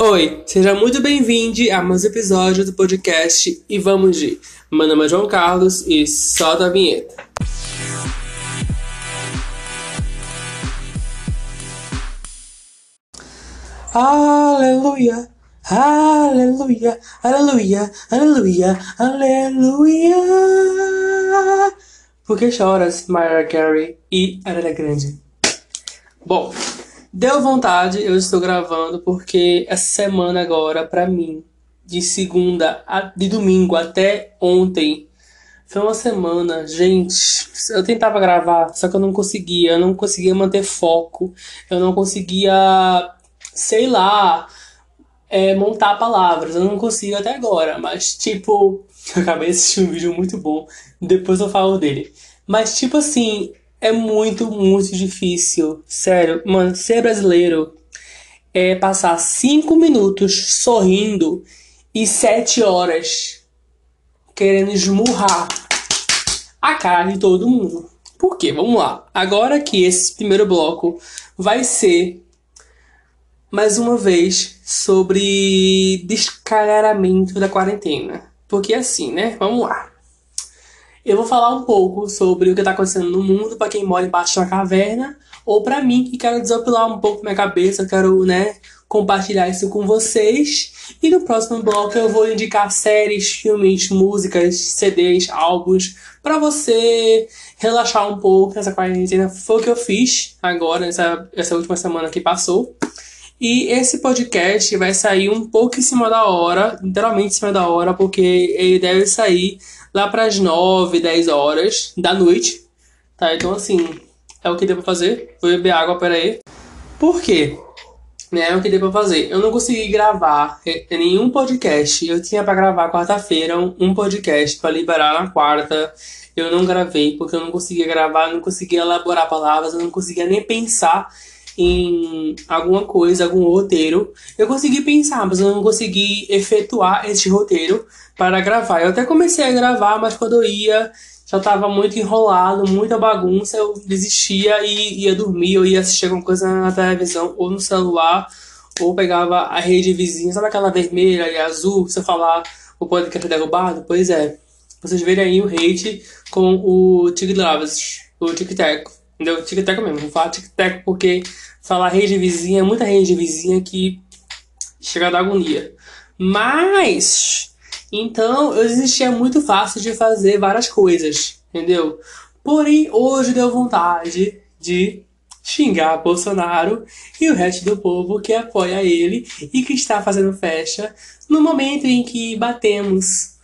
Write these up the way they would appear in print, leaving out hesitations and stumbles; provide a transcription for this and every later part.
Oi, seja muito bem-vindo a mais um episódio do podcast E Vamos de. Meu nome é João Carlos e solta a vinheta. Aleluia, aleluia, aleluia, aleluia, aleluia. Por que choras, Mariah Carey e Ariana Grande? Bom, deu vontade, eu estou gravando porque essa semana agora, pra mim, de domingo até ontem, foi uma semana, gente, eu tentava gravar, só que eu não conseguia manter foco, eu não conseguia, sei lá, montar palavras, eu não consigo até agora, mas tipo, eu acabei de assistir um vídeo muito bom, depois eu falo dele. Mas tipo assim, é muito, muito difícil, sério, mano, ser brasileiro é passar 5 minutos sorrindo e 7 horas querendo esmurrar a cara de todo mundo. Por quê? Vamos lá. Agora que esse primeiro bloco vai ser mais uma vez sobre descalharamento da quarentena. Porque assim, né? Vamos lá. Eu vou falar um pouco sobre o que está acontecendo no mundo para quem mora embaixo de uma caverna, ou para mim que quero desopilar um pouco minha cabeça, quero, né, compartilhar isso com vocês. E no próximo bloco eu vou indicar séries, filmes, músicas, CDs, álbuns, para você relaxar um pouco nessa quarentena. Foi o que eu fiz agora, essa última semana que passou. E esse podcast vai sair um pouco em cima da hora, literalmente em cima da hora, porque ele deve sair lá para as 9, 10 horas da noite, tá? Então, assim, é o que deu pra fazer. Vou beber água, peraí. Por quê? Né, é o que deu pra fazer. Eu não consegui gravar nenhum podcast. Eu tinha pra gravar quarta-feira um podcast pra liberar na quarta. Eu não gravei porque eu não conseguia gravar, eu não conseguia elaborar palavras, eu não conseguia nem pensar em alguma coisa, algum roteiro. Eu consegui pensar, mas eu não consegui efetuar esse roteiro para gravar. Eu até comecei a gravar, mas quando eu ia, já estava muito enrolado, muita bagunça, eu desistia e ia dormir, ou ia assistir alguma coisa na televisão, ou no celular, ou pegava a rede vizinha, sabe aquela vermelha e azul, se eu falar o podcast derrubado? Pois é. Vocês verem aí o hate com o Tic-Tac, entendeu? Tic-Tac mesmo, vou falar Tic-Tac porque falar rede vizinha, é muita rede vizinha que chega a dar agonia. Mas, então, eu desistia muito fácil de fazer várias coisas, entendeu? Porém, hoje deu vontade de xingar Bolsonaro e o resto do povo que apoia ele e que está fazendo festa no momento em que batemos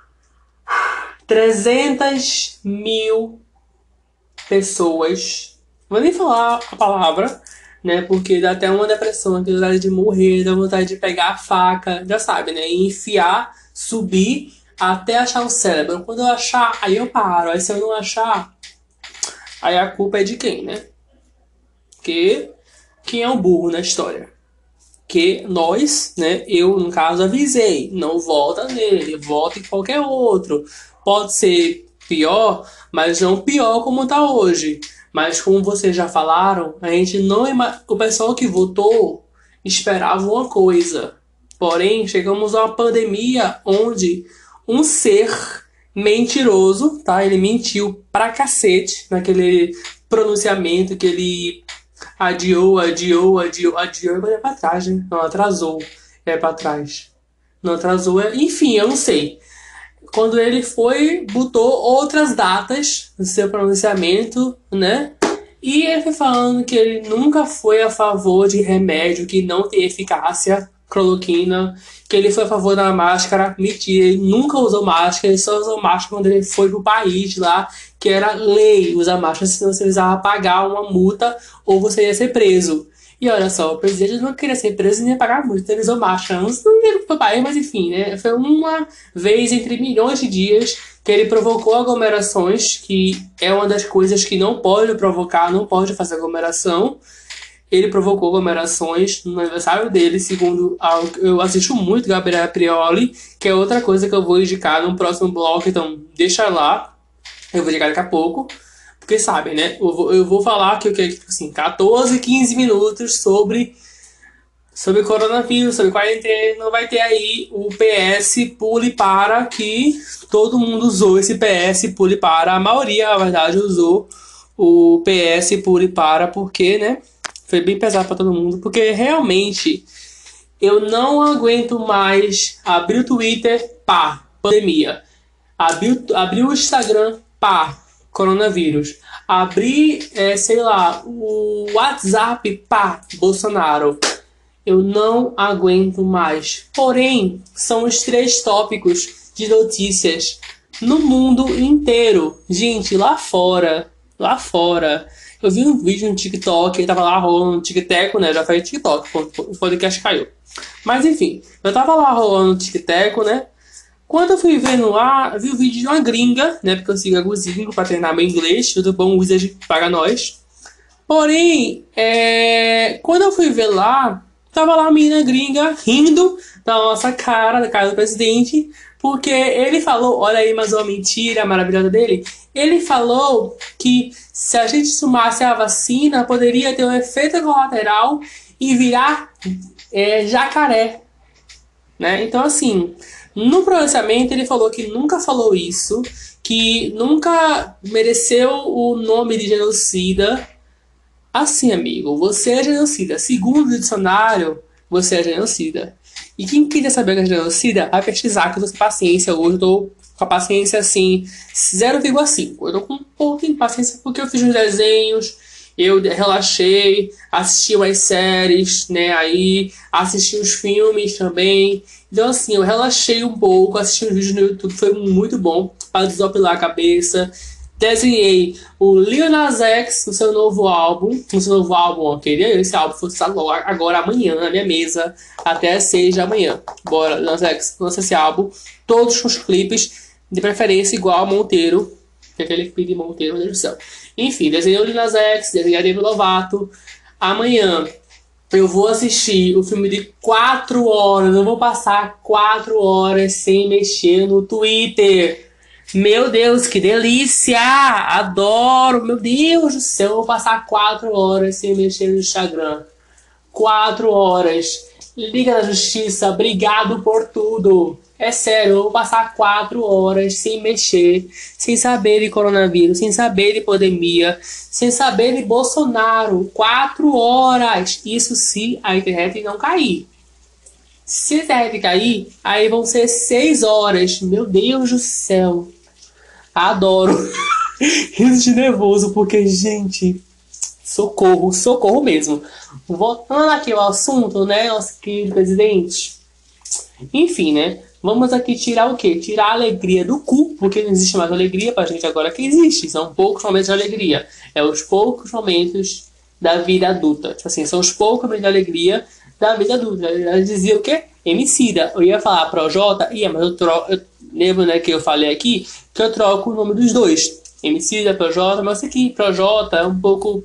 300 mil pessoas. Vou nem falar a palavra, né? Porque dá até uma depressão, aquela vontade de morrer, dá vontade de pegar a faca, já sabe, né? E enfiar, subir até achar o cérebro. Quando eu achar, aí eu paro. Aí se eu não achar, aí a culpa é de quem, né? Que quem é o burro na história? Que nós, né? Eu, no caso, avisei. Não vota nele, vota em qualquer outro. Pode ser pior, mas não pior como tá hoje. Mas como vocês já falaram, a gente não o pessoal que votou esperava uma coisa. Porém, chegamos a uma pandemia onde um ser mentiroso, tá? Ele mentiu pra cacete naquele pronunciamento que ele adiou, é pra trás, né? Não, atrasou, é pra trás. Não atrasou, enfim, eu não sei. Quando ele foi, botou outras datas no seu pronunciamento, né? E ele foi falando que ele nunca foi a favor de remédio que não tem eficácia, cloroquina, que ele foi a favor da máscara. Mentira, ele nunca usou máscara, ele só usou máscara quando ele foi pro país lá, que era lei usar máscara, senão você precisava pagar uma multa ou você ia ser preso. E olha só, o presidente não queria ser preso nem pagar multa, então ele usou máscara. Não lembro que foi país, mas enfim, né? Foi uma vez entre milhões de dias que ele provocou aglomerações, que é uma das coisas que não pode provocar, não pode fazer aglomeração. Ele provocou aglomerações no aniversário dele, segundo eu assisto muito Gabriela Prioli, que é outra coisa que eu vou indicar no próximo bloco, então deixa lá, eu vou indicar daqui a pouco. Porque sabem, né? Eu vou falar que eu quero, tipo assim, 14, 15 minutos sobre sobre coronavírus, sobre quarentena, não vai ter aí o PS Pule Para, que todo mundo usou esse PS Pule Para. A maioria, na verdade, usou o PS Pule Para, porque, né? Foi bem pesado para todo mundo, porque realmente eu não aguento mais abrir o Twitter, pá, pandemia. Abrir o Instagram, pá, coronavírus. Abrir, sei lá, o WhatsApp, pá, Bolsonaro. Eu não aguento mais. Porém, são os 3 tópicos de notícias no mundo inteiro. Gente, lá fora. Eu vi um vídeo no TikTok, ele tava lá rolando no TikTok, né? Já falei TikTok, o podcast caiu. Mas enfim, eu tava lá rolando no TikTok, né? Quando eu fui vendo lá, vi o vídeo de uma gringa, né? Porque eu sigo alguns gringos pra treinar meu inglês. Tudo bom, Wizard paga nós. Porém, quando eu fui ver lá, tava lá a menina gringa rindo da nossa cara, da cara do presidente, porque ele falou, olha aí mais uma mentira maravilhosa dele, ele falou que se a gente tomasse a vacina, poderia ter um efeito colateral e virar jacaré, né? Então, assim, no pronunciamento ele falou que nunca falou isso, que nunca mereceu o nome de genocida. Assim, amigo, você é genocida. Segundo o dicionário, você é genocida. E quem quiser saber o que é genocida, vai pesquisar, que eu tô sem paciência hoje. Eu tô com a paciência, assim, 0,5. Eu tô com um pouco de paciência porque eu fiz uns desenhos, eu relaxei, assisti umas séries, né, aí, assisti os filmes também. Então, assim, eu relaxei um pouco, assisti uns vídeos no YouTube, foi muito bom para desopilar a cabeça. Desenhei o Lil Nas X no seu novo álbum. No seu novo álbum, eu queria esse álbum fosse agora amanhã na minha mesa, até às 6 da manhã. Bora, Lil Nas X, lança esse álbum. Todos os clipes, de preferência igual a Monteiro. Que é aquele clipe de Monteiro, meu Deus do céu. Enfim, desenhei o Lil Nas X, desenhei a Demi Lovato. Amanhã eu vou assistir o filme de 4 horas. Eu vou passar 4 horas sem mexer no Twitter. Meu Deus, que delícia! Adoro! Meu Deus do céu, eu vou passar 4 horas sem mexer no Instagram. 4 horas. Liga da Justiça, obrigado por tudo. É sério, eu vou passar 4 horas sem mexer, sem saber de coronavírus, sem saber de pandemia, sem saber de Bolsonaro. 4 horas! Isso se a internet não cair. Se a internet cair, aí vão ser 6 horas. Meu Deus do céu. Adoro. Riso de nervoso, porque, gente, socorro, socorro mesmo. Voltando aqui ao assunto, né, nosso querido presidente. Enfim, né, vamos aqui tirar o quê? Tirar a alegria do cu, porque não existe mais alegria pra gente agora que existe. São poucos momentos de alegria. É os poucos momentos da vida adulta. Tipo assim, são os poucos momentos de alegria da vida adulta. Ela dizia o quê? Emicida. Eu ia falar Projota, mas eu lembro, né, que eu falei aqui que eu troco o nome dos dois. Emicida, Projota, mas aqui Projota é um pouco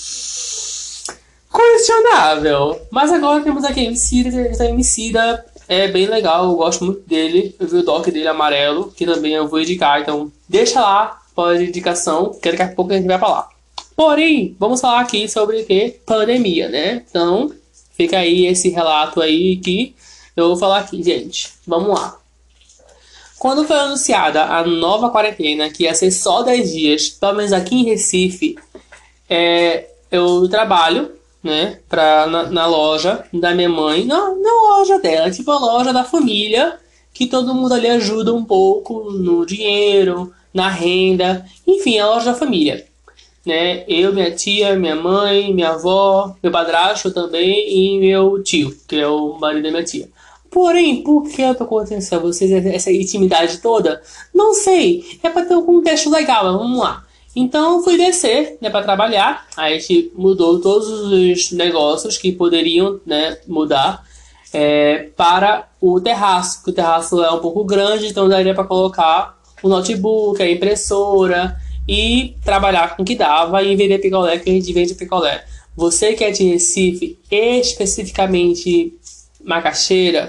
questionável. Mas agora temos aqui Emicida é bem legal, eu gosto muito dele. Eu vi o doc dele amarelo, que também eu vou indicar, então deixa lá para indicação, que daqui a pouco a gente vai falar. Porém, vamos falar aqui sobre o que? Pandemia, né? Então, fica aí esse relato aí que eu vou falar aqui, gente. Vamos lá. Quando foi anunciada a nova quarentena, que ia ser só 10 dias, pelo menos aqui em Recife, eu trabalho, né, na loja da minha mãe. Não, na loja dela, tipo a loja da família, que todo mundo ali ajuda um pouco no dinheiro, na renda, enfim, a loja da família. Né? Eu, minha tia, minha mãe, minha avó, meu padrasto também e meu tio, que é o marido da minha tia. Porém, por que eu tô contando a vocês essa intimidade toda? Não sei. É para ter um contexto legal, mas vamos lá. Então, fui descer, né, para trabalhar. Aí a gente mudou todos os negócios que poderiam, né, mudar para o terraço. Que o terraço é um pouco grande, então daria para colocar o notebook, a impressora e trabalhar com o que dava e vender picolé, que a gente vende picolé. Você que é de Recife, especificamente Macaxeira,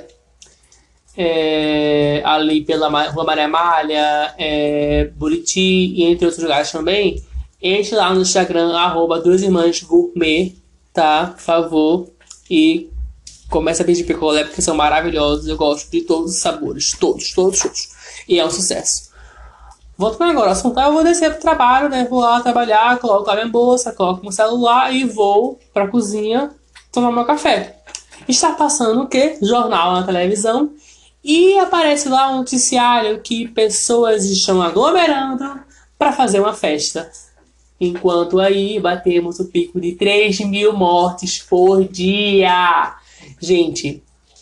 ali pela Rua Maria Malha, Buriti e entre outros lugares também, entre lá no Instagram, @duasirmãsgourmet, tá? Por favor. E Começa a pedir picolé porque são maravilhosos. Eu gosto de todos os sabores. Todos, todos, todos. E é um sucesso. Voltando agora ao assunto, eu vou descer pro trabalho, né? Vou lá trabalhar, coloco a minha bolsa, coloco meu celular e vou pra cozinha tomar meu café. Está passando o quê? Jornal na televisão. E aparece lá um noticiário que pessoas estão aglomerando para fazer uma festa. Enquanto aí batemos o pico de 3.000 mortes por dia. Gente,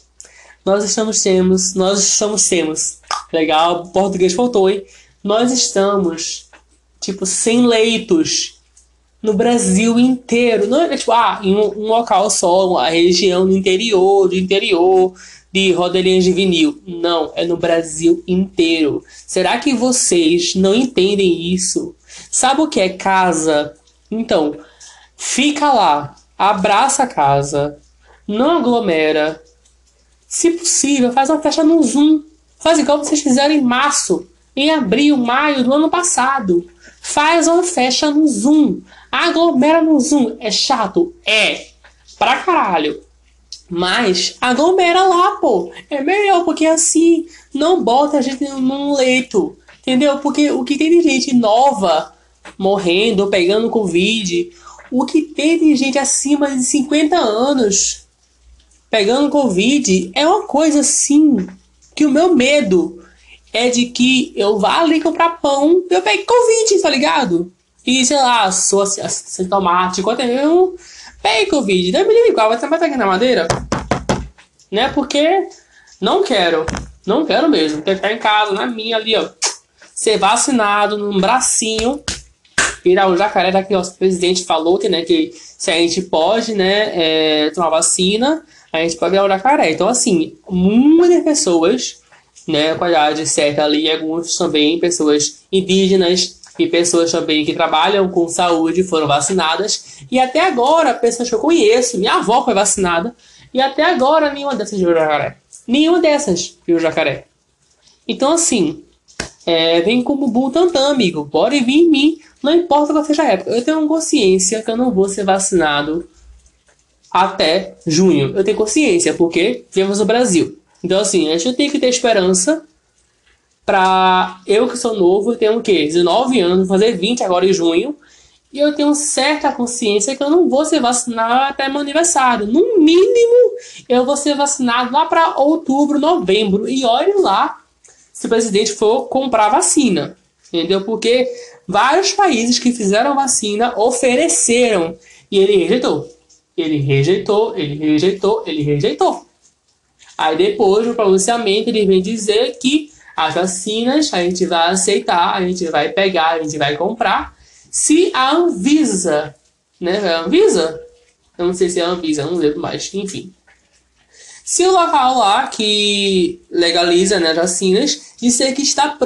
nós estamos legal, o português faltou, hein? Nós estamos, tipo, sem leitos no Brasil inteiro. Não é tipo, em um local só, uma região do interior, de rodelinhas de vinil. Não, é no Brasil inteiro. Será que vocês não entendem isso? Sabe o que é casa? Então, fica lá, abraça a casa, não aglomera. Se possível, faz uma festa no Zoom. Faz igual vocês fizeram em março, em abril, maio do ano passado. Faz uma festa no Zoom. Aglomera no Zoom. É chato? É. Pra caralho. Mas aglomera lá, pô. É melhor, porque assim não bota a gente num leito. Entendeu? Porque o que tem de gente nova morrendo, pegando Covid, o que tem de gente acima de 50 anos pegando Covid é uma coisa assim que o meu medo é de que eu vá ali comprar pão e eu pegue Covid, tá ligado? E sei lá, sou assintomático, até eu pegue Covid. Daí me liga igual, vai estar aqui na madeira? Né? Porque não quero mesmo. Quero ficar em casa, na minha ali, ó. Ser vacinado num bracinho. Virar o jacaré daqui, ó. O presidente falou que, né, que se a gente pode, né, tomar vacina, a gente pode virar o jacaré. Então, assim, muitas pessoas, né, com a idade certa ali, alguns também, pessoas indígenas e pessoas também que trabalham com saúde foram vacinadas. E até agora, pessoas que eu conheço, minha avó foi vacinada, e até agora nenhuma dessas viu o jacaré. Nenhuma dessas viu o jacaré. Então, assim, vem como bom tantã, amigo. Pode vir em mim, não importa qual seja a época. Eu tenho consciência que eu não vou ser vacinado até junho. Eu tenho consciência, porque vivemos no Brasil. Então, assim, a gente tem que ter esperança pra... Eu que sou novo, eu tenho o quê? 19 anos, vou fazer 20 agora em junho. E eu tenho certa consciência que eu não vou ser vacinado até meu aniversário. No mínimo, eu vou ser vacinado lá para outubro, novembro. E olhe lá se o presidente for comprar vacina. Entendeu? Porque vários países que fizeram vacina ofereceram. E ele rejeitou. Ele rejeitou, ele rejeitou, ele rejeitou. Aí depois do pronunciamento ele vem dizer que as vacinas a gente vai aceitar, a gente vai pegar, a gente vai comprar. Se a Anvisa, né? É a Anvisa? Eu não sei se é a Anvisa, não lembro mais. Enfim. Se o local lá que legaliza, né, as vacinas disser que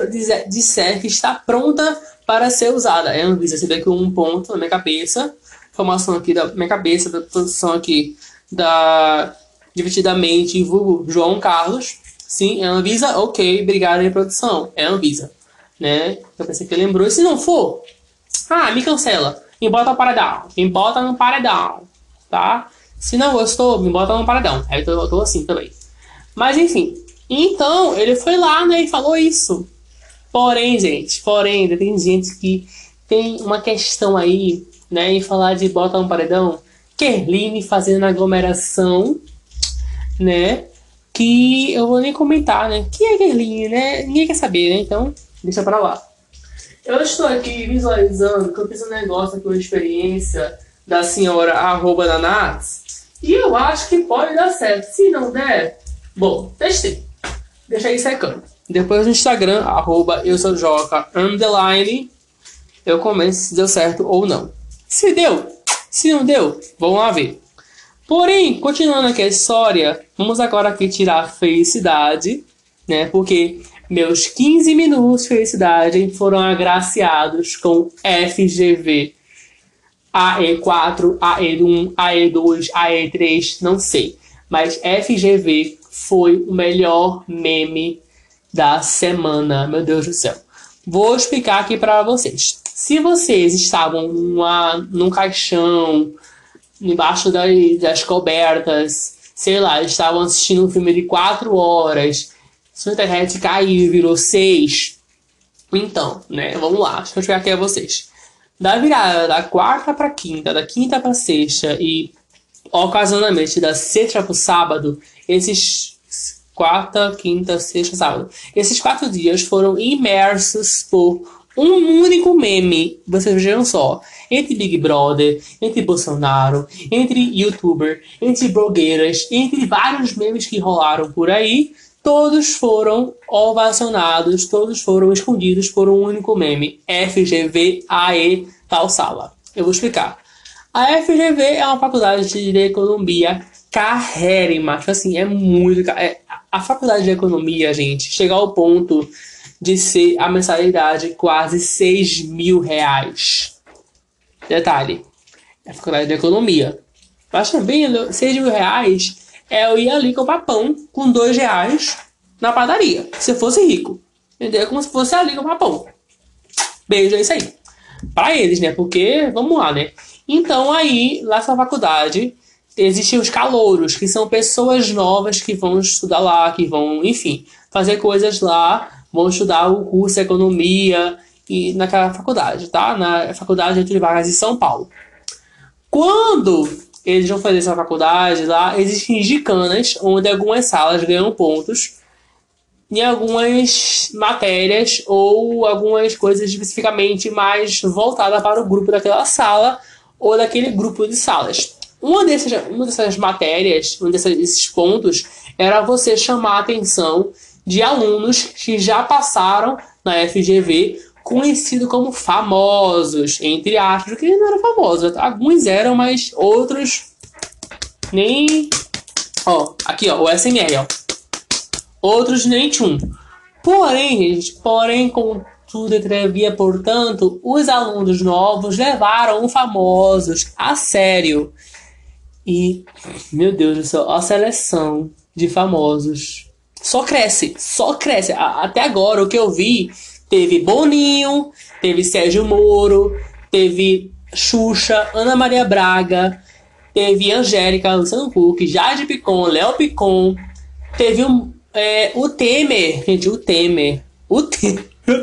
está pronta para ser usada. É a Anvisa. Você vê que um ponto na minha cabeça, informação aqui da minha cabeça, da produção aqui da Divertidamente, vulgo João Carlos. Sim, é a Anvisa? Ok, obrigado aí, produção. É a Anvisa. Né? Eu pensei que lembrou. E se não for... me cancela. Me bota no paredão. Me bota no paredão. Tá? Se não gostou, me bota no paredão. Aí eu tô assim também. Mas enfim. Então, ele foi lá, né? E falou isso. Porém, gente. Porém, tem gente que tem uma questão aí, né? Em falar de bota no paredão. Kerline fazendo aglomeração, né? Que eu vou nem comentar, né? Quem é Kerline, né? Ninguém quer saber, né? Então, deixa pra lá. Eu estou aqui visualizando que eu fiz um negócio aqui, uma experiência da senhora @nanats, e eu acho que pode dar certo. Se não der, bom, testei. Deixa aí secando. Depois no Instagram, @eusoujoca_, eu comento se deu certo ou não. Se deu, se não deu, vamos lá ver. Porém, continuando aqui a história, vamos agora aqui tirar a felicidade, né? Porque meus 15 minutos de felicidade foram agraciados com FGV. AE4, AE1, AE2, AE3, não sei. Mas FGV foi o melhor meme da semana, meu Deus do céu. Vou explicar aqui para vocês. Se vocês estavam num caixão, embaixo das cobertas, sei lá, estavam assistindo um filme de 4 horas, sua internet caiu e virou 6. Então, né, vamos lá, deixa eu explicar aqui a vocês. Da virada da quarta pra quinta, da quinta pra sexta e ocasionalmente da sexta pro sábado, esses quarta, quinta, sexta, sábado, esses 4 dias foram imersos por um único meme. Vocês vejam só, entre Big Brother, entre Bolsonaro, entre YouTuber, entre blogueiras, entre vários memes que rolaram por aí, todos foram ovacionados, todos foram escondidos por um único meme. FGV-AE tal sala. Eu vou explicar. A FGV é uma faculdade de economia carérrima. Tipo assim, é muito... a faculdade de economia, gente, chega ao ponto de ser a mensalidade quase 6 mil reais. Detalhe, é a faculdade de economia. Mas também 6 mil reais eu ia ali comprar pão com 2 reais na padaria. Se eu fosse rico. Entendeu? Como se fosse ali comprar pão. Beijo, é isso aí. Pra eles, né? Porque, vamos lá, né? Então aí, nessa faculdade, existem os calouros, que são pessoas novas que vão estudar lá, que vão, enfim, fazer coisas lá, vão estudar o curso de economia e naquela faculdade, tá? Na faculdade Getúlio Vargas de São Paulo. Quando eles vão fazer essa faculdade lá, existem gicanas, onde algumas salas ganham pontos em algumas matérias ou algumas coisas especificamente mais voltadas para o grupo daquela sala ou daquele grupo de salas. Uma dessas matérias, desses pontos, era você chamar a atenção de alunos que já passaram na FGV, conhecido como famosos, entre aspas, que não eram famosos. Alguns eram, mas outros nem... Ó, aqui, ó, o SMR, ó. Outros nem tchum. Porém, gente, contudo, entrevia, portanto, os alunos novos levaram os famosos a sério. E, meu Deus do céu, a seleção de famosos só cresce, só cresce. Até agora, o que eu vi, teve Boninho, teve Sérgio Moro, teve Xuxa, Ana Maria Braga, teve Angélica, Luciano Huck, Jade Picon, Léo Picon, teve o Temer, gente, o Temer. O Temer.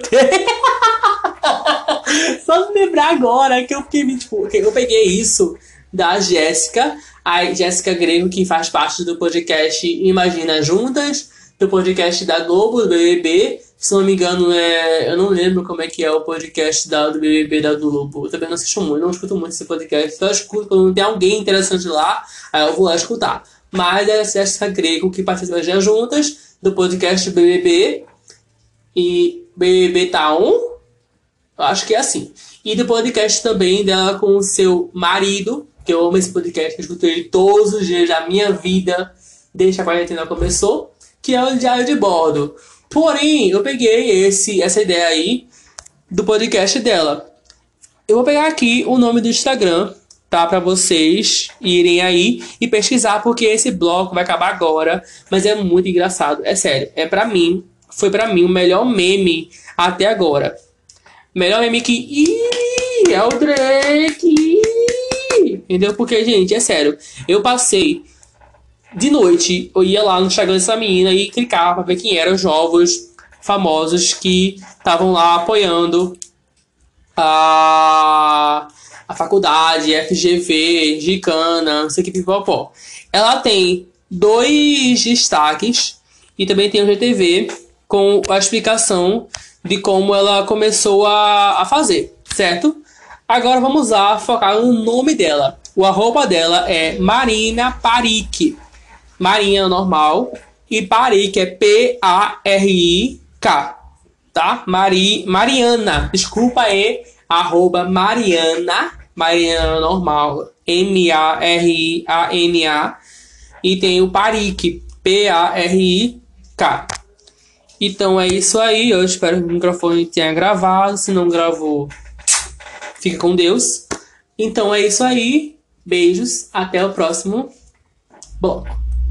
Só me lembrar agora que eu fiquei, tipo, eu peguei isso da Jéssica, a Jéssica Grego, que faz parte do podcast Imagina Juntas, do podcast da Globo, do BBB. Se não me engano, eu não lembro como é que é o podcast do BBB da Globo. Eu também não assisto muito, não escuto muito esse podcast. Só escuto quando tem alguém interessante lá, aí eu vou lá escutar. Mas é a Jéssica Grego, que participa das Juntas, do podcast BBB. E BBB tá on? Eu acho que é assim. E do podcast também dela com o seu marido, que eu amo esse podcast, que eu escuto ele todos os dias da minha vida, desde a quarentena começou, que é o Diário de Bordo. Porém, eu peguei essa ideia aí do podcast dela. Eu vou pegar aqui o nome do Instagram, tá? Pra vocês irem aí e pesquisar, porque esse bloco vai acabar agora, mas é muito engraçado. É sério, foi pra mim o melhor meme até agora. Melhor meme que... Ih, é o Drake! Entendeu? Porque, gente, é sério. Eu passei de noite, eu ia lá no Instagram dessa menina e clicava pra ver quem eram os novos famosos que estavam lá apoiando a faculdade, FGV, Gicana, não sei o que, pipopó. Ela tem 2 destaques e também tem o GTV com a explicação de como ela começou a fazer, certo? Agora vamos lá focar no nome dela. O arroba dela é Marina Parik. Marinha normal e Parik é P-A-R-I-K, tá? Mariana, desculpa aí, arroba Mariana normal, M-A-R-I-A-N-A, e tem o Parik, P-A-R-I-K. Então é isso aí, eu espero que o microfone tenha gravado, se não gravou, fica com Deus. Então é isso aí, beijos, até o próximo bloco.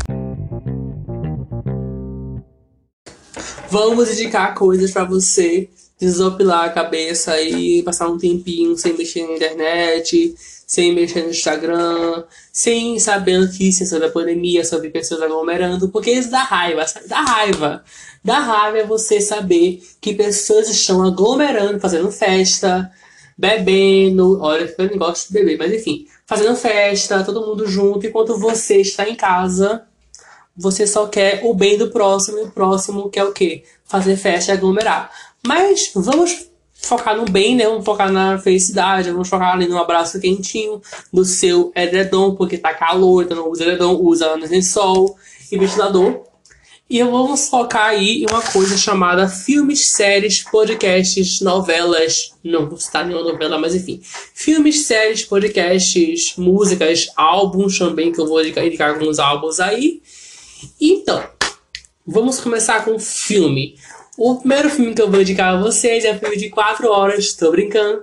Vamos indicar coisas pra você desopilar a cabeça e passar um tempinho sem mexer na internet, sem mexer no Instagram, sem saber notícias sobre a pandemia, sobre pessoas aglomerando, porque isso dá raiva, sabe? Dá raiva. Dá raiva você saber que pessoas estão aglomerando, fazendo festa, bebendo. Olha, eu não gosto de beber, mas enfim. Fazendo festa, todo mundo junto, enquanto você está em casa, você só quer o bem do próximo, e o próximo quer o quê? Fazer festa e aglomerar. Mas vamos focar no bem, né? Vamos focar na felicidade, vamos focar ali no abraço quentinho do seu edredom, porque tá calor, então não usa edredom, usa lençol e ventilador. E vamos focar aí em uma coisa chamada filmes, séries, podcasts, novelas. Não vou citar nenhuma novela, mas enfim. Filmes, séries, podcasts, músicas, álbuns também, que eu vou indicar alguns álbuns aí. Então, vamos começar com o filme. O primeiro filme que eu vou indicar a vocês é um filme de 4 horas. Tô brincando.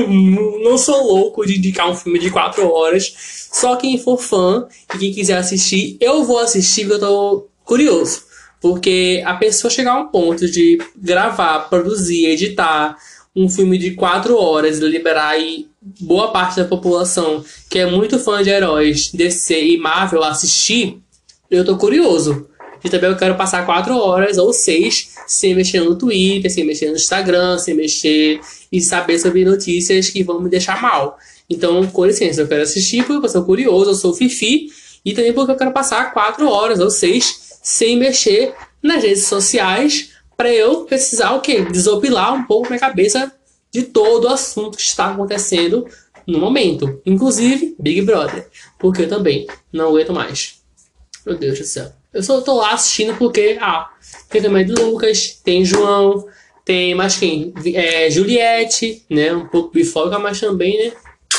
Não sou louco de indicar um filme de 4 horas. Só quem for fã e quem quiser assistir, eu vou assistir porque eu tô curioso. Porque a pessoa chegar a um ponto de gravar, produzir, editar um filme de 4 horas e liberar aí boa parte da população que é muito fã de heróis, DC e Marvel assistir, eu tô curioso. E também eu quero passar 4 horas ou 6 sem mexer no Twitter, sem mexer no Instagram, sem mexer e saber sobre notícias que vão me deixar mal. Então, com licença, eu quero assistir porque eu sou curioso, eu sou fifi, e também porque eu quero passar 4 horas ou 6 sem mexer nas redes sociais para eu precisar o quê? Desopilar um pouco minha cabeça de todo o assunto que está acontecendo no momento. Inclusive, Big Brother. Porque eu também não aguento mais. Meu Deus do céu. Eu só tô lá assistindo porque, tem também do Lucas, tem João, tem mais quem? Juliette, né? Um pouco bifoca, mas também, né?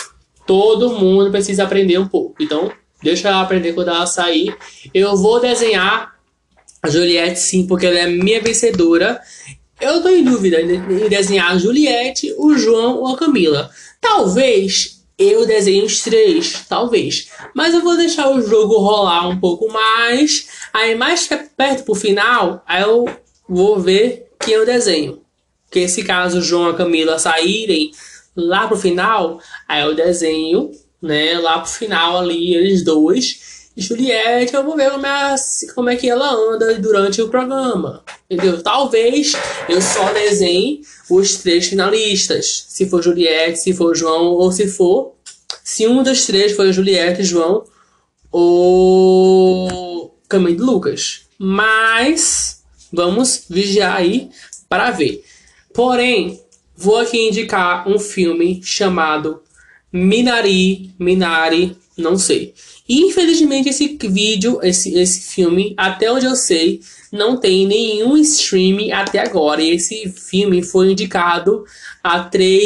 Todo mundo precisa aprender um pouco. Então, deixa ela aprender quando ela sair. Eu vou desenhar a Juliette, sim, porque ela é a minha vencedora. Eu tô em dúvida em desenhar a Juliette, o João ou a Camila. Talvez eu desenhe os 3, talvez. Mas eu vou deixar o jogo rolar um pouco mais. Aí mais perto pro final, aí eu vou ver quem eu desenho. Porque se caso o João e a Camila saírem lá pro final, aí eu desenho, né, lá pro final ali, eles dois. E Juliette, eu vou ver como é que ela anda durante o programa. Entendeu? Talvez eu só desenhe os 3 finalistas. Se for Juliette, se for João, ou se um dos 3 for Juliette, João ou Camille Lucas. Mas vamos vigiar aí para ver. Porém, vou aqui indicar um filme chamado Minari, não sei. E, infelizmente, esse filme, até onde eu sei, não tem nenhum streaming até agora. E esse filme foi indicado a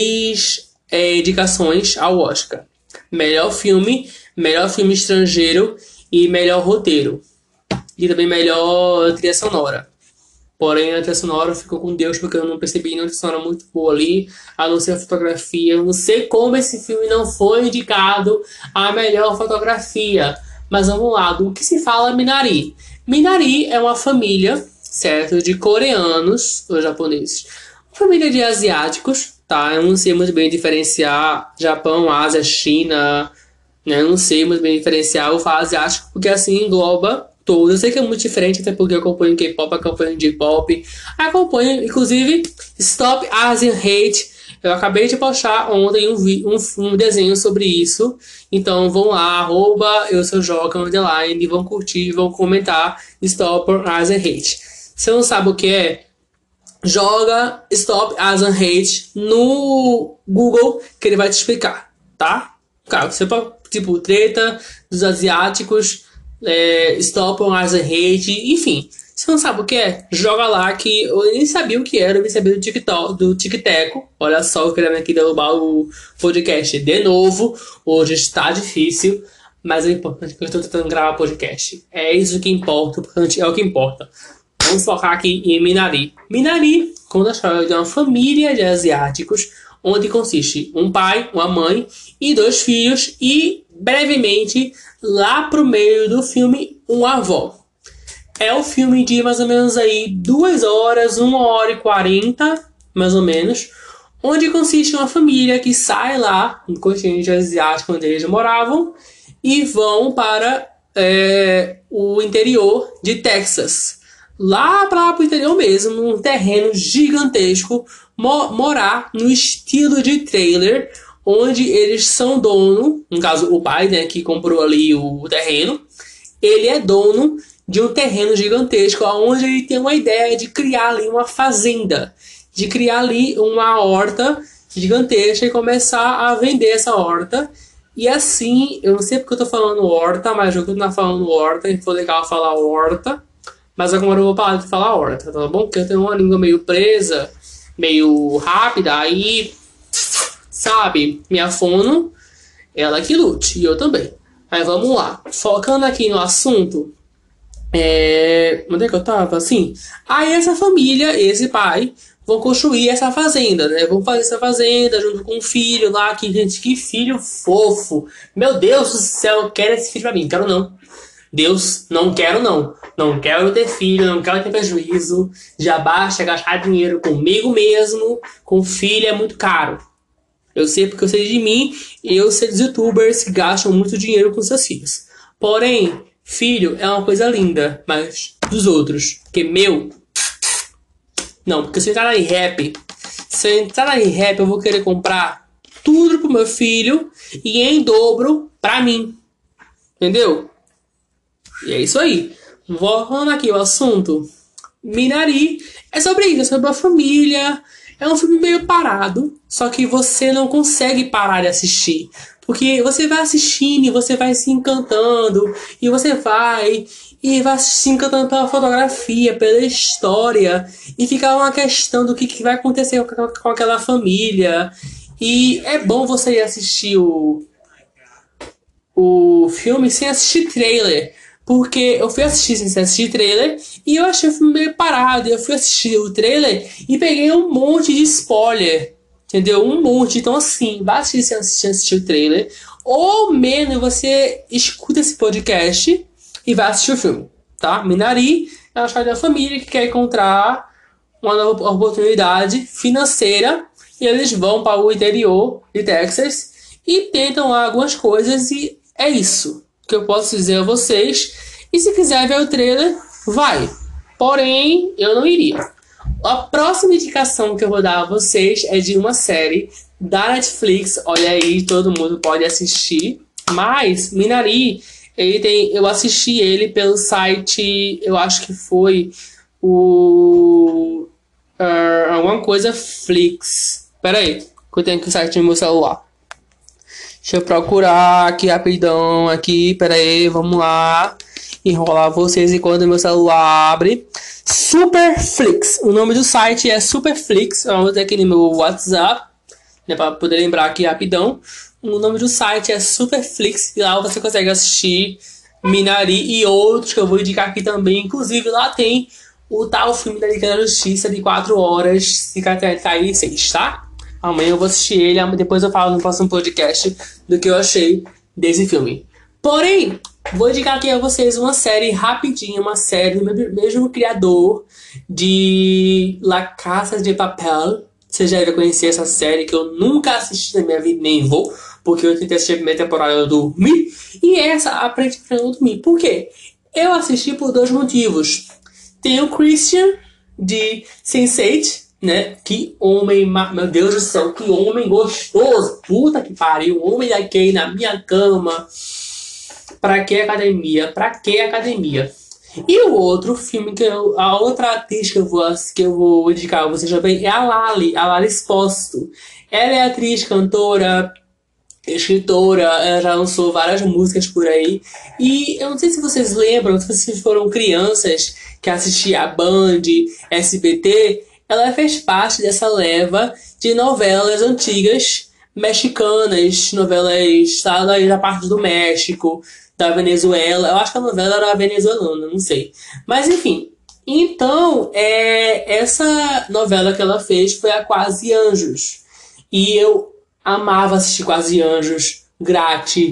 3 indicações ao Oscar. Melhor filme estrangeiro e melhor roteiro. E também melhor trilha sonora. Porém, a trilha sonora ficou com Deus, porque eu não percebi nenhuma trilha sonora muito boa ali, a não ser a fotografia. Eu não sei como esse filme não foi indicado a melhor fotografia. Mas vamos lá, do que se fala Minari? Minari é uma família, certo, de coreanos ou japoneses. Uma família de asiáticos, tá? Eu não sei muito bem diferenciar Japão, Ásia, China, né? Eu não sei muito bem diferenciar, eu falo asiático porque assim engloba todos. Eu sei que é muito diferente, até porque eu acompanho K-pop, acompanho J-pop, acompanho, inclusive, Stop Asian Hate. Eu acabei de postar ontem um desenho sobre isso. Então vão lá, @eusojoca_, vão curtir, vão comentar Stop Asian Hate. Se não sabe o que é, joga Stop Asian Hate no Google que ele vai te explicar, tá? Cara, você pode, tipo, treta dos asiáticos, Stop Asian Hate, enfim. Se não sabe o que é, joga lá, que eu nem sabia o que era, eu nem sabia do TikTok, do Tic-Teco. Olha só, eu querendo aqui derrubar o podcast de novo. Hoje está difícil, mas é importante que eu estou tentando gravar podcast. É isso que importa, é o que importa. Vamos focar aqui em Minari. Minari conta a história de uma família de asiáticos, onde consiste um pai, uma mãe e 2 filhos, e brevemente, lá pro meio do filme, uma avó. É o filme de mais ou menos aí 2 horas, 1 hora e 40, mais ou menos, onde consiste uma família que sai lá no continente asiático onde eles moravam e vão para o interior de Texas. Lá para o interior mesmo, num terreno gigantesco, morar no estilo de trailer, onde eles são dono, no caso o pai, né, que comprou ali o terreno, ele é dono de um terreno gigantesco, onde ele tem uma ideia de criar ali uma fazenda, de criar ali uma horta gigantesca e começar a vender essa horta. E assim, eu não sei porque eu tô falando horta, mas eu tô falando horta, e foi legal falar horta, mas agora eu vou parar de falar horta, tá bom? Porque eu tenho uma língua meio presa, meio rápida, aí, sabe, minha fono, ela que lute, e eu também. Aí vamos lá, focando aqui no assunto, onde é que eu tava? Assim, aí essa família, esse pai, vão construir essa fazenda, né? Vão fazer essa fazenda junto com o filho lá, que, gente, que filho fofo. Meu Deus do céu, eu quero esse filho pra mim, quero não. Deus, não quero não. Não quero ter filho, não quero ter prejuízo. Já basta gastar dinheiro comigo mesmo. Com filho é muito caro. Eu sei porque eu sei de mim e eu sei dos youtubers que gastam muito dinheiro com seus filhos. Porém, filho é uma coisa linda, mas dos outros, porque meu... Não, porque se eu entrar em rap, eu vou querer comprar tudo pro meu filho e em dobro pra mim. Entendeu? E é isso aí. Voltando aqui o assunto. Minari é sobre isso, é sobre a família. É um filme meio parado, só que você não consegue parar de assistir. Porque você vai assistindo e você vai se encantando. E você vai se encantando pela fotografia, pela história. E fica uma questão do que vai acontecer com aquela família. E é bom você ir assistir o filme sem assistir trailer. Porque eu fui assistir sem assistir trailer e eu achei o filme meio parado. Eu fui assistir o trailer e peguei um monte de spoiler. Entendeu? Um monte. Então, assim, vai assistir sem assistir o trailer. Ou menos você escuta esse podcast e vai assistir o filme. Tá? Minari é uma história da família que quer encontrar uma nova oportunidade financeira. E eles vão para o interior de Texas e tentam lá algumas coisas. E é isso que eu posso dizer a vocês. E se quiser ver o trailer, vai. Porém, eu não iria. A próxima indicação que eu vou dar a vocês é de uma série da Netflix. Olha aí, todo mundo pode assistir. Mas, Minari, eu assisti ele pelo site, eu acho que foi alguma coisa Flix. Pera aí, que eu tenho aqui o site no meu celular. Deixa eu procurar aqui rapidão, aqui, pera aí, vamos lá. Enrolar vocês enquanto meu celular abre. Superflix, o nome do site é Superflix, eu vou ter aqui no meu WhatsApp, né, para poder lembrar aqui rapidão. O nome do site é Superflix, e lá você consegue assistir Minari e outros que eu vou indicar aqui também. Inclusive lá tem o tal filme da Liga da Justiça de 4 horas, fica até aí 6, tá? Amanhã eu vou assistir ele, depois eu falo no próximo podcast do que eu achei desse filme. Porém, vou indicar aqui a vocês uma série rapidinha, uma série do mesmo criador de La Casa de Papel. Você já deve conhecer essa série que eu nunca assisti na minha vida, nem vou, porque eu tentei assistir a primeira temporada e eu dormi. E essa aprendi pra não dormir. Por quê? Eu assisti por 2 motivos. Tem o Christian de Sense8, né? Que homem, meu Deus do céu, que homem gostoso. Puta que pariu, homem daquele na minha cama. Pra que academia? Pra que academia? E o outro filme a outra atriz que eu vou indicar a vocês também é a Lali Espósito. Ela é atriz, cantora, escritora, ela já lançou várias músicas por aí. E eu não sei se vocês lembram, se vocês foram crianças que assistiam a Band, SBT, ela fez parte dessa leva de novelas antigas mexicanas, novelas da parte do México, da Venezuela. Eu acho que a novela era venezuelana, não sei. Mas enfim. Então, essa novela que ela fez foi a Quase Anjos. E eu amava assistir Quase Anjos, grátis.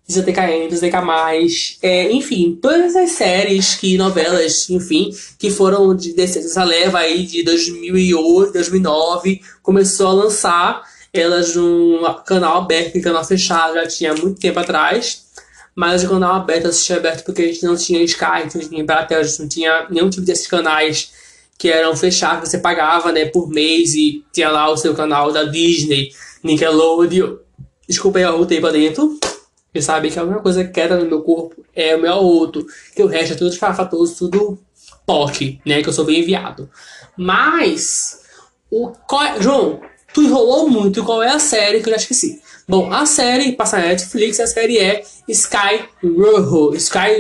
ZTKM, ZTK+, enfim, todas as séries, novelas, enfim, que foram dessa leva aí de 2008, 2009, começou a lançar elas num canal aberto e canal fechado, já tinha muito tempo atrás, mas o canal aberto, eu assistia aberto porque a gente não tinha Sky, não tinha Embratel, a gente não tinha nenhum tipo desses canais que eram fechados, você pagava, né, por mês e tinha lá o seu canal da Disney, Nickelodeon. Desculpa aí, eu voltei pra dentro. Você sabe que a única coisa quieta no meu corpo é o meu aorto, que o resto é tudo esfarrapatoso, tudo POC, né, que eu sou bem enviado. Mas, João, tu enrolou muito, qual é a série que eu já esqueci? Bom, a série passa na Netflix, a série é Sky Rojo,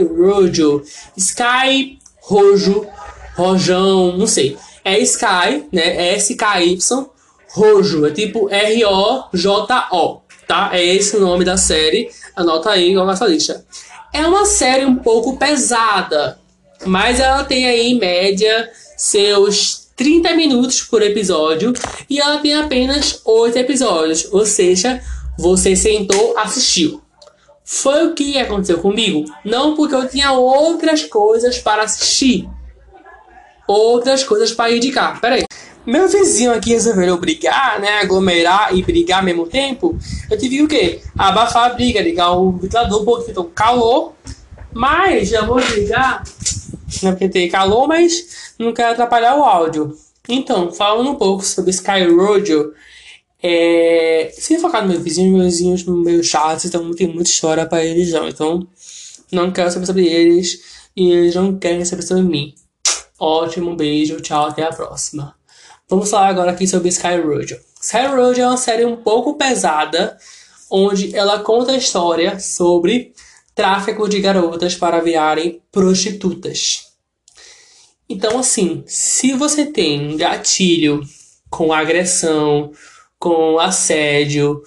Sky Rojo, Rojão, não sei. É Sky, né? É S-K-Y, Rojo, é tipo R-O-J-O, tá? É esse o nome da série. Anota aí, igual na sua lista. É uma série um pouco pesada, mas ela tem aí, em média, seus 30 minutos por episódio. E ela tem apenas 8 episódios. Ou seja, você sentou, assistiu. Foi o que aconteceu comigo? Não, porque eu tinha outras coisas para assistir. Outras coisas para indicar. Pera aí. Meu vizinho aqui resolveu brigar, né? Aglomerar e brigar ao mesmo tempo. Eu tive o quê? Abafar a briga, ligar o ventilador porque ficou calor. Mas já vou ligar, não é porque tem calor, mas não quero atrapalhar o áudio. Então, falando um pouco sobre Sky Rojo, se focar no meu vizinho, meus vizinhos meio chatos, então tem muita história para eles não. Então, não quero saber sobre eles e eles não querem saber sobre mim. Ótimo, beijo, tchau, até a próxima. Vamos falar agora aqui sobre Sky Rojo. Sky Rojo é uma série um pouco pesada, onde ela conta a história sobre tráfico de garotas para virarem prostitutas. Então, assim, se você tem um gatilho com agressão, com assédio,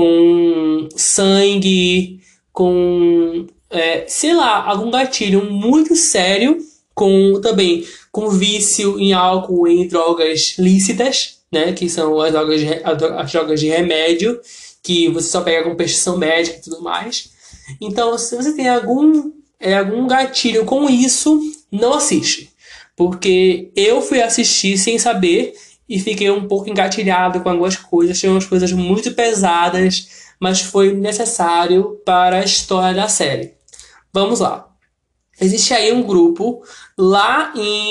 com sangue, com, sei lá, algum gatilho muito sério, com também com vício em álcool e em drogas lícitas, né, que são as drogas de remédio, que você só pega com prescrição médica e tudo mais. Então, se você tem algum gatilho com isso, não assiste. Porque eu fui assistir sem saber e fiquei um pouco engatilhado com algumas coisas. Tinha umas coisas muito pesadas, mas foi necessário para a história da série. Vamos lá. Existe aí um grupo lá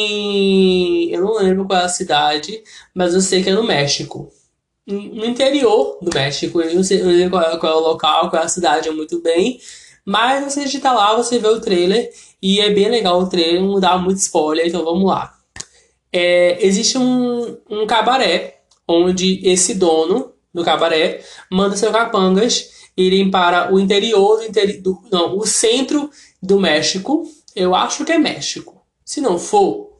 em... eu não lembro qual é a cidade, mas eu sei que é no México. No interior do México. Eu não sei qual é o local, qual é a cidade muito bem. Mas você digita lá, você vê o trailer. E é bem legal o trailer, não dá muito spoiler, então vamos lá. Existe um cabaré, onde esse dono do cabaré manda seus capangas irem para o interior não, o centro do México. Eu acho que é México. Se não for,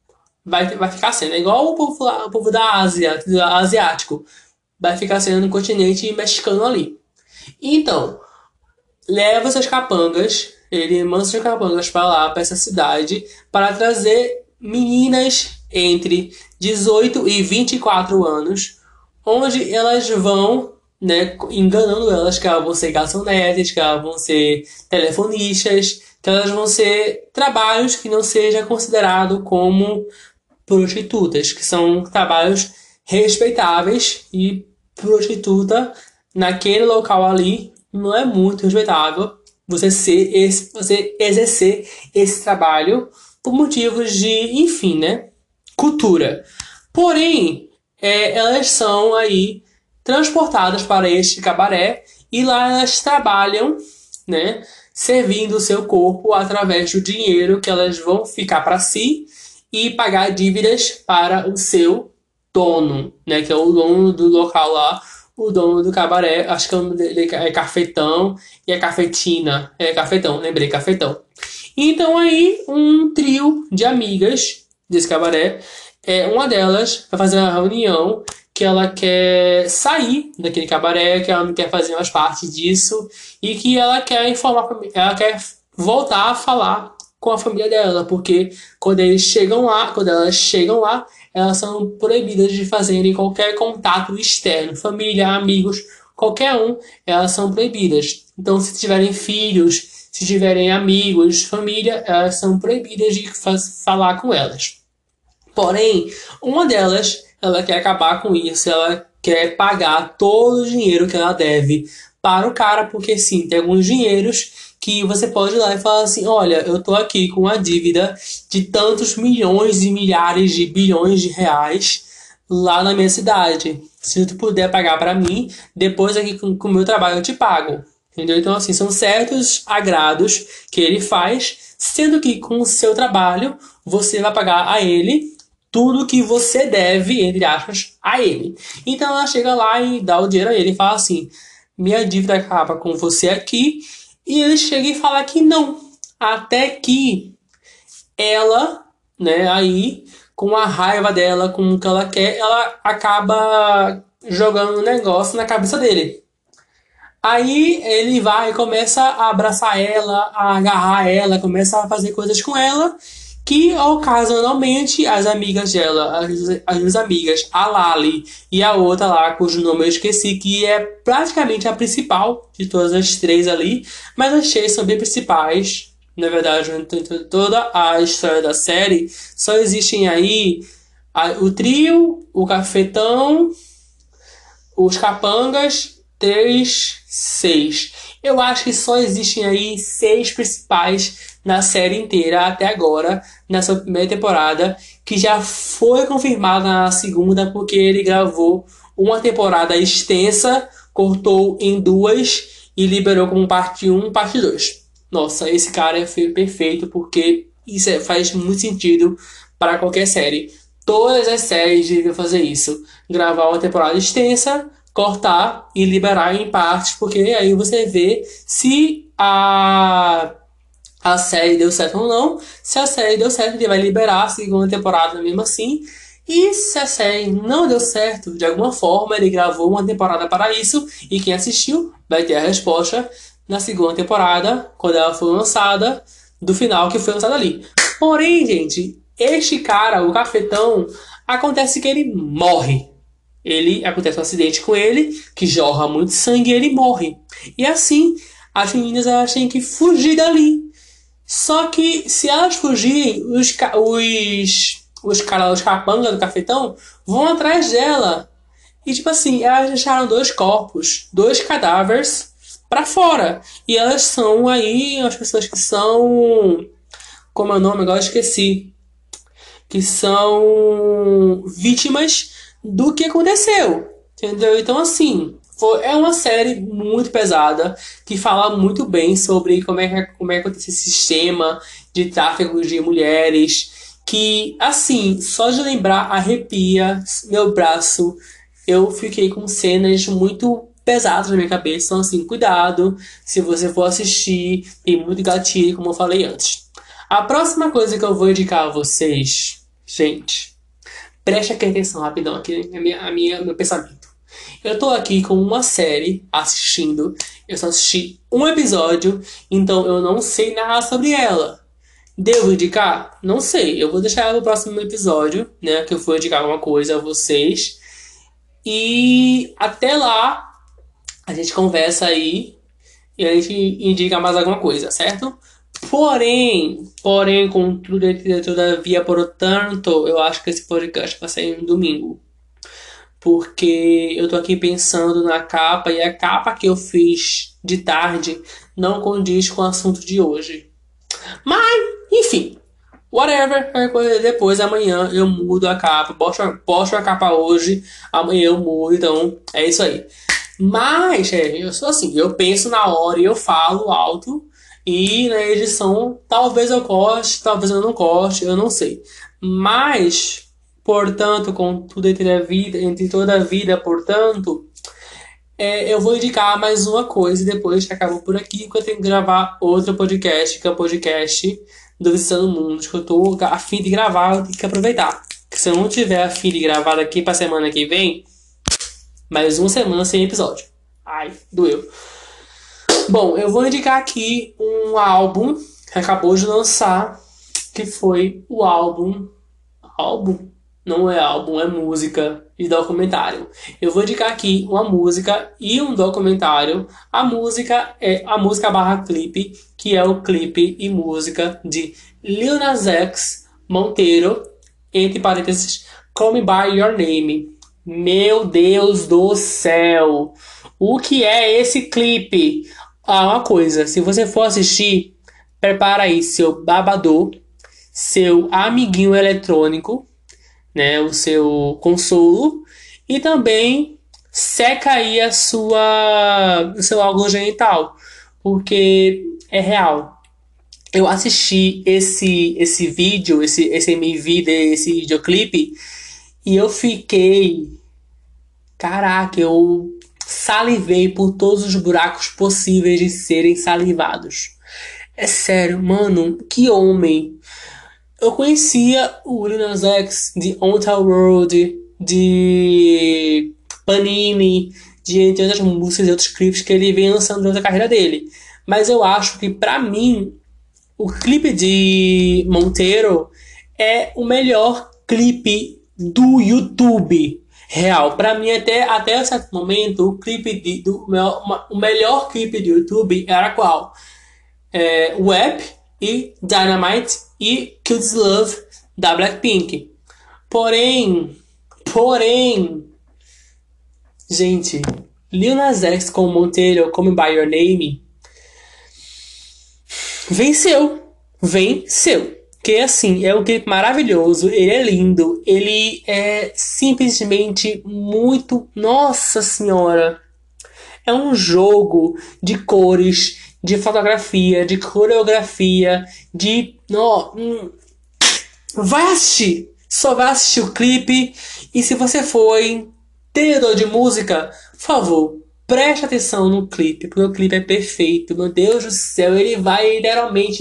vai ficar sendo igual o povo da Ásia, do asiático. Vai ficar sendo no continente mexicano ali. Então, leva seus capangas, ele manda seus capangas para lá, para essa cidade, para trazer meninas entre 18 e 24 anos, onde elas vão, né, enganando elas que elas vão ser garçonetes, que elas vão ser telefonistas, que elas vão ser trabalhos que não seja considerado como prostitutas, que são trabalhos respeitáveis, e prostituta naquele local ali não é muito respeitável você exercer esse trabalho por motivos de, enfim, né, cultura. Porém, elas são aí transportadas para este cabaré e lá elas trabalham, né, servindo o seu corpo através do dinheiro que elas vão ficar para si e pagar dívidas para o seu dono, né, que é o dono do local lá, o dono do cabaré. Acho que o nome dele é Cafetão e é Cafetina. É Cafetão, lembrei, Cafetão. Então aí, um trio de amigas desse cabaré, uma delas vai fazer uma reunião que ela quer sair daquele cabaré, que ela não quer fazer mais parte disso e que ela quer ela quer voltar a falar com a família dela, porque quando elas chegam lá, elas são proibidas de fazerem qualquer contato externo, família, amigos, qualquer um, elas são proibidas. Então, se tiverem filhos, se tiverem amigos, família, elas são proibidas de falar com elas. Porém, uma delas, ela quer acabar com isso, ela quer pagar todo o dinheiro que ela deve para o cara, porque sim, tem alguns dinheiros que você pode ir lá e falar assim, olha, eu tô aqui com uma dívida de tantos milhões e milhares de bilhões de reais lá na minha cidade. Se tu puder pagar para mim, depois aqui com o meu trabalho eu te pago. Entendeu? Então, assim, são certos agrados que ele faz, sendo que com o seu trabalho você vai pagar a ele tudo que você deve, entre aspas, a ele. Então ela chega lá e dá o dinheiro a ele e fala assim: minha dívida acaba com você aqui. E ele chega e fala que não. Até que ela, né, aí, com a raiva dela, com o que ela quer, ela acaba jogando um negócio na cabeça dele. Aí ele vai e começa a abraçar ela, a agarrar ela, começa a fazer coisas com ela, que ocasionalmente as amigas dela, as duas amigas, a Lali e a outra lá, cujo nome eu esqueci, que é praticamente a principal de todas as três ali, mas as três são bem principais. Na verdade, toda a história da série só existem aí o trio, o cafetão, os capangas, 3, 6. Eu acho que só existem aí 6 principais na série inteira até agora, nessa primeira temporada, que já foi confirmada na segunda, porque ele gravou uma temporada extensa, cortou em duas e liberou como parte 1, parte 2. Nossa, esse cara é perfeito, porque isso faz muito sentido para qualquer série. Todas as séries deviam fazer isso. Gravar uma temporada extensa, cortar e liberar em partes, porque aí você vê se a série deu certo ou não. Se a série deu certo, ele vai liberar a segunda temporada mesmo assim. E se a série não deu certo, de alguma forma, ele gravou uma temporada para isso, e quem assistiu vai ter a resposta na segunda temporada, quando ela for lançada, do final que foi lançado ali. Porém, gente, este cara, o cafetão, acontece que ele morre. Acontece um acidente com ele, que jorra muito sangue e ele morre. E assim, as meninas elas têm que fugir dali. Só que se elas fugirem, os caras, os capangas do cafetão, vão atrás dela. E tipo assim, elas deixaram 2 corpos, 2 cadáveres pra fora. E elas são aí as pessoas que são. Como é o nome? Agora eu esqueci. Que são vítimas do que aconteceu. Entendeu? Então, assim, é uma série muito pesada que fala muito bem sobre como é que acontece esse sistema de tráfico de mulheres. Que, assim, só de lembrar arrepia meu braço. Eu fiquei com cenas muito pesadas na minha cabeça. Então, assim, cuidado se você for assistir. Tem muito gatilho, como eu falei antes. A próxima coisa que eu vou indicar a vocês, gente, preste aqui atenção rapidão aqui, meu pensamento. Eu tô aqui com uma série assistindo, eu só assisti um episódio, então eu não sei nada sobre ela. Devo indicar? Não sei, eu vou deixar ela no próximo episódio, né, que eu vou indicar alguma coisa a vocês. E até lá, a gente conversa aí e a gente indica mais alguma coisa, certo? Porém, contudo, todavia, portanto, eu acho que esse podcast vai sair no domingo. Porque eu tô aqui pensando na capa e a capa que eu fiz de tarde não condiz com o assunto de hoje. Mas, enfim, whatever, qualquer coisa depois, amanhã eu mudo a capa, posto a capa hoje, amanhã eu mudo, então é isso aí. Mas, eu sou assim, eu penso na hora e eu falo alto. E na edição, talvez eu corte, talvez eu não corte, eu não sei. Mas, portanto, com tudo entre toda a vida, portanto, eu vou indicar mais uma coisa e depois que acabou por aqui, que eu tenho que gravar outro podcast, que é o podcast do Visitando o Mundo, que eu tô a fim de gravar, eu tenho que aproveitar. Porque se eu não tiver a fim de gravar daqui pra semana que vem, mais uma semana sem episódio. Ai, doeu. Bom, eu vou indicar aqui um álbum que acabou de lançar, que foi o álbum. Álbum? Não é álbum, é música e documentário. Eu vou indicar aqui uma música e um documentário. A música é a música barra clipe, que é o clipe e música de Lil Nas X Monteiro, entre parênteses, Call Me By Your Name. Meu Deus do céu! O que é esse clipe? Ah, uma coisa, se você for assistir, prepara aí seu babador, seu amiguinho eletrônico, né, o seu consolo, e também seca aí o seu órgão genital, porque é real. Eu assisti esse vídeo, esse MV desse videoclipe, e eu fiquei, caraca, eu salivei por todos os buracos possíveis de serem salivados. É sério, mano, que homem. Eu conhecia o Lil Nas X de On Town Road, de Panini, de entre outras músicas e outros clipes que ele vem lançando durante a carreira dele. Mas eu acho que, pra mim, o clipe de Monteiro é o melhor clipe do YouTube. Real. Pra mim, até certo momento, o melhor clipe do YouTube era qual? Web e Dynamite e Kids Love da Blackpink. Porém, gente, Lil Nas X com Monteiro, Call Me By Your Name, venceu. Que assim, é um clipe maravilhoso, ele é lindo, ele é simplesmente muito, nossa senhora, é um jogo de cores, de fotografia, de coreografia, vai assistir! Só vai assistir o clipe. E se você for entendedor de música, por favor, preste atenção no clipe, porque o clipe é perfeito. Meu Deus do céu, ele vai literalmente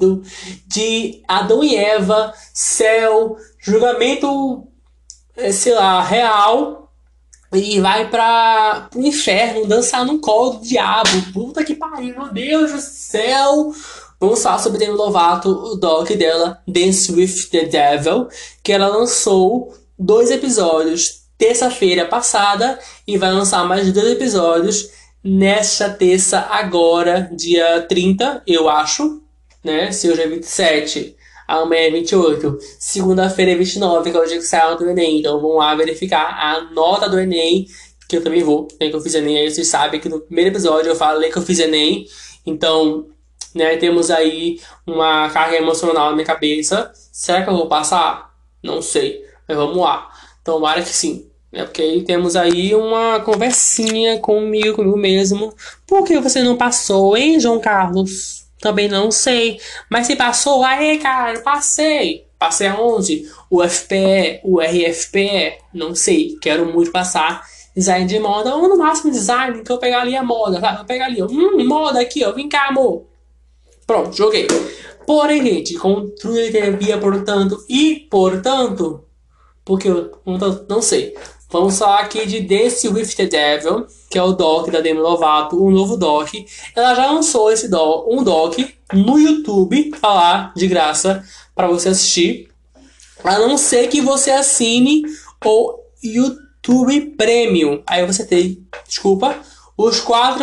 de Adão e Eva, céu, julgamento, sei lá, real. E vai pro inferno dançar no colo do diabo. Puta que pariu, meu Deus do céu. Vamos falar sobre Demi Lovato, o doc dela, Dance with the Devil, que ela lançou 2 episódios terça-feira passada e vai lançar mais 2 episódios nesta terça agora, dia 30, eu acho, né? Se hoje é 27, amanhã é 28, segunda-feira é 29, que é o dia que sai a nota do Enem. Então vamos lá verificar a nota do Enem, que eu também vou, né, que eu fiz Enem. Aí vocês sabem que no primeiro episódio eu falei que eu fiz Enem. Então, né, temos aí uma carga emocional na minha cabeça. Será que eu vou passar? Não sei, mas vamos lá. Tomara que sim. Porque aí temos aí uma conversinha comigo mesmo. Por que você não passou, hein, João Carlos? Também não sei. Mas se passou, aí, cara, eu passei. Passei aonde? O FPE, o RFPE, não sei. Quero muito passar design de moda, ou no máximo design, que eu pegar ali a moda, tá? Eu pegar ali, ó, moda aqui, ó, vem cá, amor. Pronto, joguei. Porém, gente, controle todavia, portanto, porque eu não sei. Vamos falar aqui de Dance with the Devil, que é o doc da Demi Lovato, o novo doc. Ela já lançou um doc no YouTube, tá lá, de graça, para você assistir. A não ser que você assine o YouTube Premium. Aí você tem, os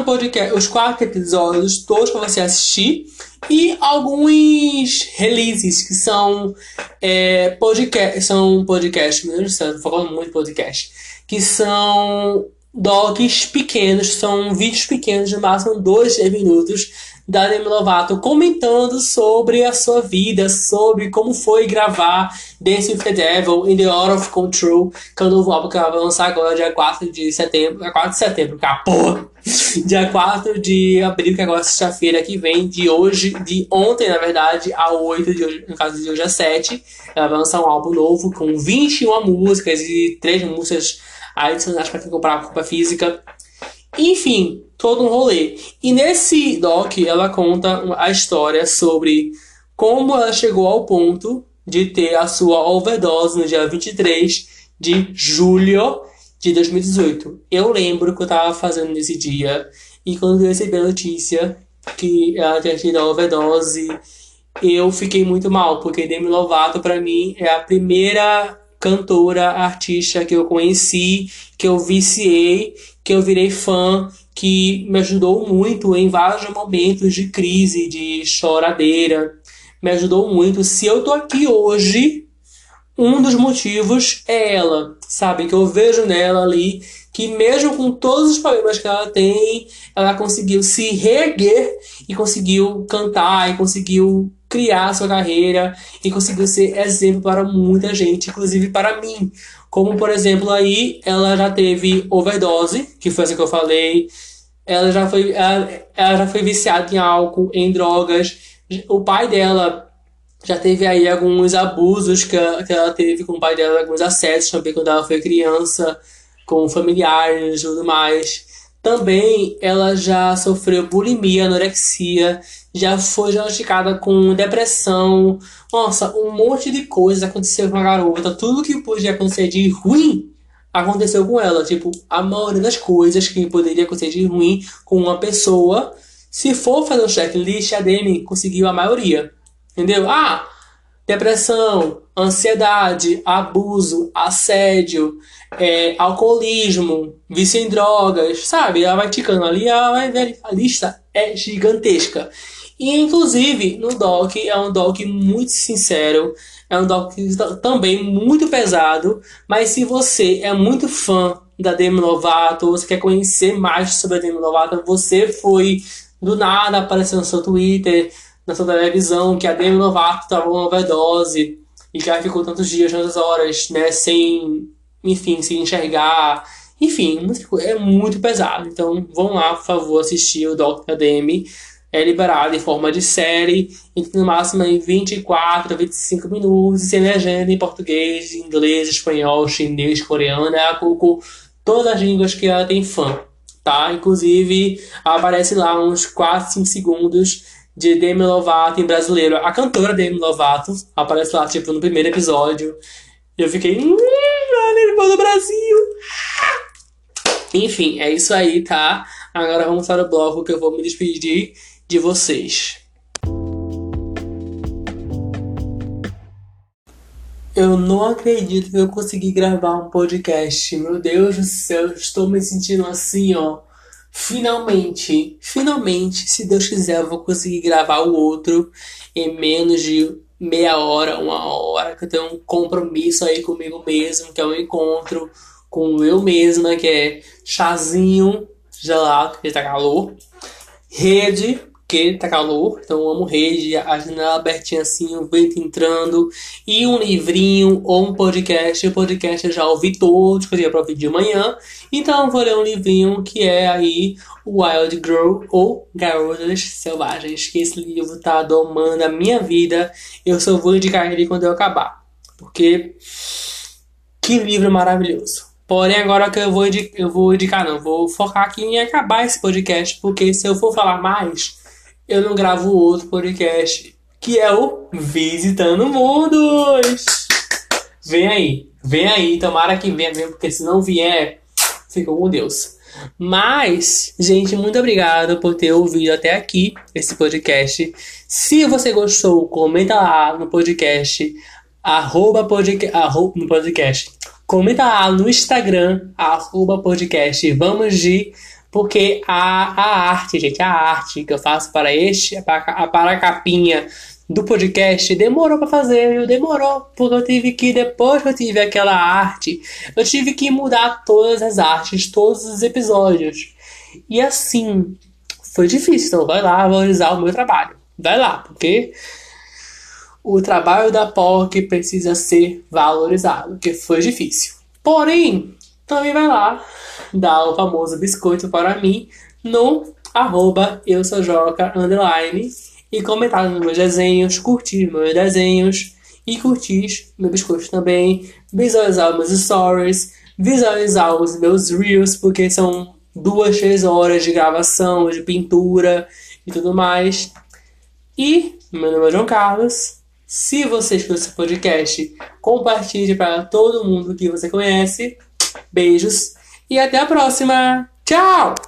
4 episódios todos para você assistir e alguns releases que são podcast, meu Deus do céu, tô falando muito podcast, que são docs pequenos, são vídeos pequenos, no máximo 2, 3 minutos, da Demi Lovato comentando sobre a sua vida, sobre como foi gravar Dance with the Devil in the Out of Control, que é o novo álbum que ela vai lançar agora, dia 4 de setembro. Dia 4 de setembro, cara, porra! Dia 4 de abril, que agora é sexta-feira que vem, de ontem, na verdade, a 8 de hoje, no caso de hoje é 7. Ela vai lançar um álbum novo com 21 músicas e 3 músicas adicionais para quem comprar a cópia física. Enfim, todo um rolê. E nesse doc ela conta a história sobre como ela chegou ao ponto de ter a sua overdose no dia 23 de julho de 2018. Eu lembro que eu tava fazendo nesse dia e quando eu recebi a notícia que ela tinha tido a overdose, eu fiquei muito mal, porque Demi Lovato pra mim é a primeira cantora, artista que eu conheci, que eu viciei, que eu virei fã, que me ajudou muito em vários momentos de crise, de choradeira. Me ajudou muito. Se eu tô aqui hoje, um dos motivos é ela, sabe? Que eu vejo nela ali que mesmo com todos os problemas que ela tem, ela conseguiu se reerguer e conseguiu cantar e conseguiu criar sua carreira e conseguiu ser exemplo para muita gente, inclusive para mim. Como, por exemplo, aí ela já teve overdose, que foi essa que eu falei. Ela já foi viciada em álcool, em drogas. O pai dela já teve aí alguns abusos que ela teve com o pai dela, alguns acessos também quando ela foi criança, com familiares e tudo mais. Também ela já sofreu bulimia, anorexia, já foi diagnosticada com depressão. Nossa, um monte de coisa aconteceu com a garota. Tudo que podia acontecer de ruim aconteceu com ela. Tipo, a maioria das coisas que poderia acontecer de ruim com uma pessoa, se for fazer um checklist, a Demi conseguiu a maioria. Entendeu? Ah, depressão, ansiedade, abuso, assédio, alcoolismo, vício em drogas, sabe? Ela vai ticando ali, ela vai ver, a lista é gigantesca. E, inclusive, no doc, é um doc muito sincero, é um doc também muito pesado, mas se você é muito fã da Demi Lovato, você quer conhecer mais sobre a Demi Lovato, você foi do nada aparecendo no seu Twitter, na sua televisão, que a Demi Lovato estava com uma overdose e já ficou tantos dias, tantas horas, né, sem, enfim, se enxergar. Enfim, é muito pesado. Então, vão lá, por favor, assistir o Doc da Demi. É liberado em forma de série, no máximo em 24 a 25 minutos, e sem legenda em português, inglês, espanhol, chinês, coreano, com todas as línguas que ela tem fã, tá? Inclusive, aparece lá uns 4, 5 segundos de Demi Lovato em brasileiro. A cantora Demi Lovato aparece lá, tipo, no primeiro episódio. E eu fiquei, ele foi do Brasil! Enfim, é isso aí, tá? Agora vamos para o bloco que eu vou me despedir de vocês. Eu não acredito que eu consegui gravar um podcast. Meu Deus do céu, estou me sentindo assim, ó. Finalmente, se Deus quiser, eu vou conseguir gravar o outro em menos de meia hora, uma hora, que eu tenho um compromisso aí comigo mesmo, que é um encontro com eu mesma, que é chazinho gelado, porque tá calor, rede, porque tá calor, então eu amo rede, a janela abertinha assim, o vento entrando, e um livrinho ou um podcast. O podcast eu já ouvi todos, que eu ia pra ouvir de manhã, então eu vou ler um livrinho que é aí Wild Girl ou Garotas Selvagens, que esse livro tá domando a minha vida. Eu só vou indicar ele quando eu acabar, porque que livro maravilhoso. Porém, agora que eu vou indicar, não, vou focar aqui em acabar esse podcast, porque se eu for falar mais, eu não gravo outro podcast, que é o Visitando Mundos. Vem aí, tomara que venha mesmo, porque se não vier, fica com Deus. Mas, gente, muito obrigado por ter ouvido até aqui esse podcast. Se você gostou, comenta lá no podcast, no podcast. Comenta lá no Instagram, @podcast. Vamos de... Porque a arte, gente, a arte que eu faço para a capinha do podcast demorou para fazer, viu? Demorou, porque eu tive que, depois que eu tive aquela arte, eu tive que mudar todas as artes, todos os episódios. E assim, foi difícil. Então vai lá valorizar o meu trabalho. Vai lá, porque o trabalho da POC precisa ser valorizado, porque foi difícil. Porém, também vai lá dar o famoso biscoito para mim no @eusoujoca_ e comentar nos meus desenhos, curtir meus desenhos e curtir meu biscoito também, visualizar meus stories, visualizar os meus reels, porque são 2, 3 horas de gravação, de pintura e tudo mais. E meu nome é João Carlos. Se você escuta esse podcast, compartilhe para todo mundo que você conhece. Beijos e até a próxima. Tchau!